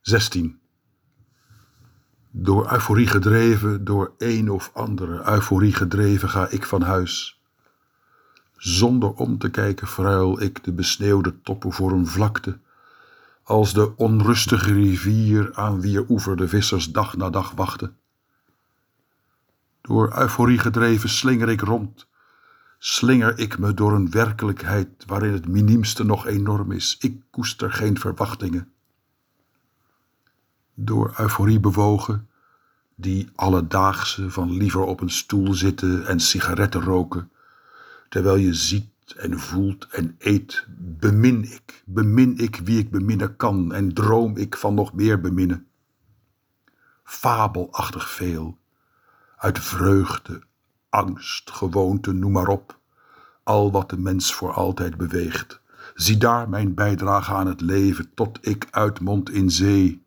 16. Door euforie gedreven, door een of andere euforie gedreven ga ik van huis. Zonder om te kijken verruil ik de besneeuwde toppen voor een vlakte, als de onrustige rivier aan wier oever de vissers dag na dag wachten. Door euforie gedreven slinger ik rond, slinger ik me door een werkelijkheid waarin het miniemste nog enorm is. Ik koester geen verwachtingen. Door euforie bewogen, die alledaagse van liever op een stoel zitten en sigaretten roken, terwijl je ziet en voelt en eet, bemin ik wie ik beminnen kan en droom ik van nog meer beminnen. Fabelachtig veel, uit vreugde, angst, gewoonte, noem maar op, al wat de mens voor altijd beweegt. Zie daar mijn bijdrage aan het leven tot ik uitmond in zee,